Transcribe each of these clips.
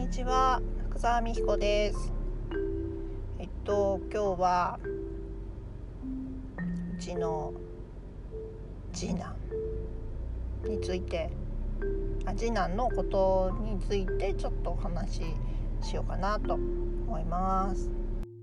ちは、福沢美彦です。今日はうちの次男について次男のことについてちょっとお話ししようかなと思います。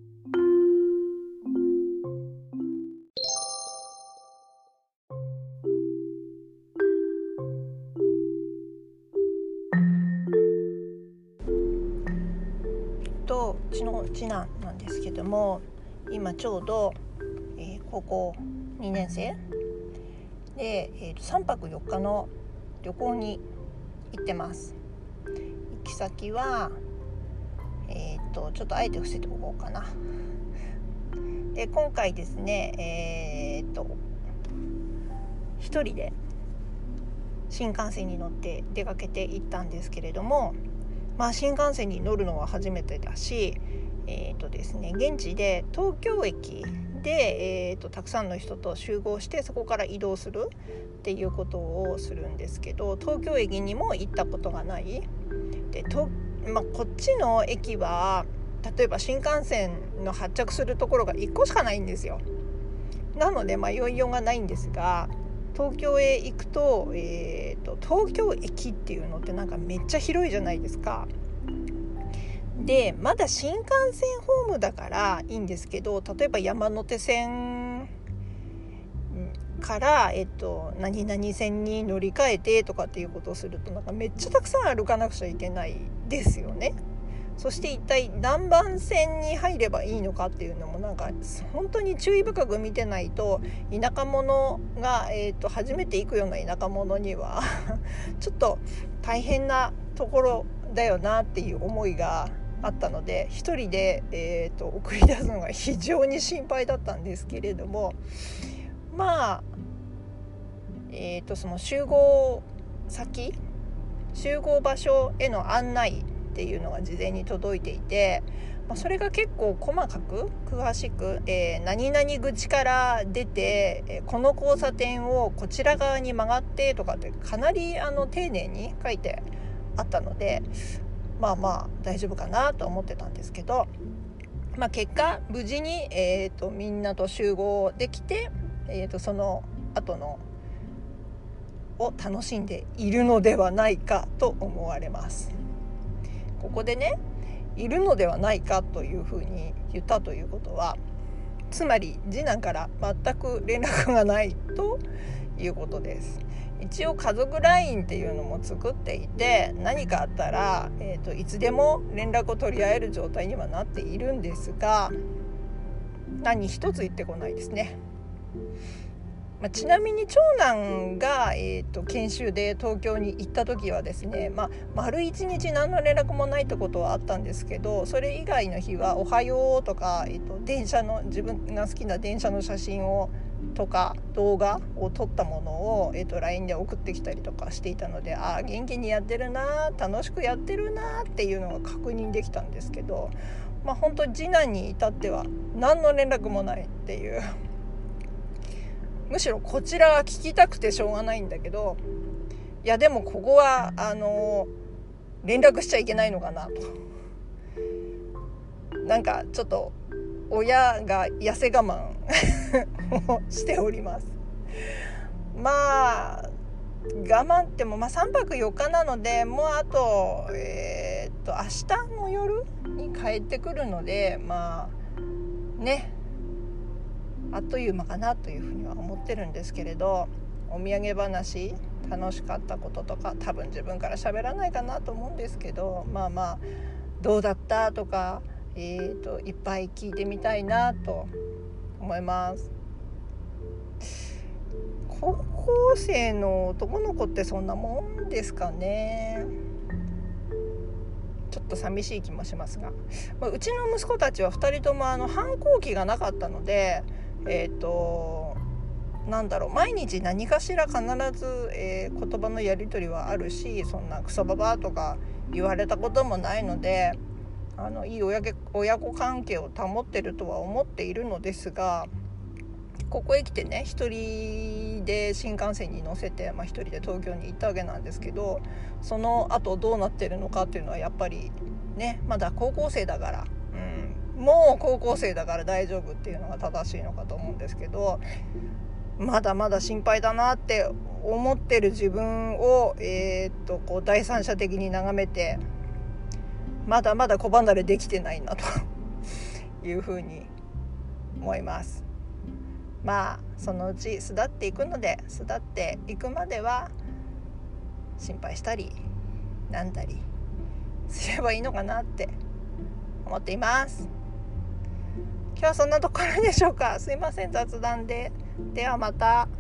うちの次男なんですけども、今ちょうど、高校2年生で、3泊4日の旅行に行ってます。行き先は、ちょっとあえて伏せておこうかな。で今回ですね、一人で新幹線に乗って出かけて行ったんですけれども、新幹線に乗るのは初めてだし、ですね、現地で東京駅で、たくさんの人と集合してそこから移動するっていうことをするんですけど、東京駅にも行ったことがないで、こっちの駅は例えば新幹線の発着するところが1個しかないんですよ。なので迷いようがないんですが、東京へ行くと、東京駅っていうのってなんかめっちゃ広いじゃないですか。でまだ新幹線ホームだからいいんですけど、例えば山手線から、何々線に乗り換えてとかっていうことをするとなんかめっちゃたくさん歩かなくちゃいけないですよね。そして一体何番線に入ればいいのかっていうのもなんか本当に注意深く見てないと、田舎者が、初めて行くような田舎者にはちょっと大変なところだよなっていう思いがあったので、一人で、送り出すのが非常に心配だったんですけれども、その集合場所への案内っていうのが事前に届いていて、それが結構細かく詳しく、何々口から出て、この交差点をこちら側に曲がってとかってかなり丁寧に書いてあったので、大丈夫かなと思ってたんですけど、結果無事に、みんなと集合できて、その後のを楽しんでいるのではないかと思われます。ここでね、いるのではないかというふうに言ったということは、つまり次男から全く連絡がないということです。一応家族 LINE っていうのも作っていて、何かあったら、いつでも連絡を取り合える状態にはなっているんですが、何一つ言ってこないですね。ちなみに長男が、研修で東京に行った時はですね、丸一日何の連絡もないってことはあったんですけど、それ以外の日はおはようとか、電車の自分が好きな電車の写真をとか動画を撮ったものを、LINE で送ってきたりとかしていたので、元気にやってるな、楽しくやってるなっていうのが確認できたんですけど、本当次男に至っては何の連絡もないっていう、むしろこちらは聞きたくてしょうがないんだけど、いやでもここは連絡しちゃいけないのかなと、なんかちょっと親が痩せ我慢をしております。我慢っても3泊4日なので、もうあと、明日の夜に帰ってくるので、あっという間かなというふうには思ってるんですけれど、お土産話、楽しかったこととか多分自分から喋らないかなと思うんですけど、どうだったとか、いっぱい聞いてみたいなと思います。高校生の男の子ってそんなもんですかね。ちょっと寂しい気もしますが、うちの息子たちは2人とも反抗期がなかったので、毎日何かしら必ず、言葉のやり取りはあるし、そんなクソババアとか言われたこともないので、いい親子関係を保ってるとは思っているのですが、 ここへ来てね一人で新幹線に乗せて、一人で東京に行ったわけなんですけど、その後どうなってるのかっていうのはやっぱりね、まだ高校生だから、もう高校生だから大丈夫っていうのが正しいのかと思うんですけど、まだまだ心配だなって思ってる自分を、こう第三者的に眺めて、まだまだ子離れできてないなというふうに思います。そのうち巣立っていくので、巣立っていくまでは心配したりなんだりすればいいのかなって思っています。今日はそんなところでしょうか。すいません、雑談で。ではまた。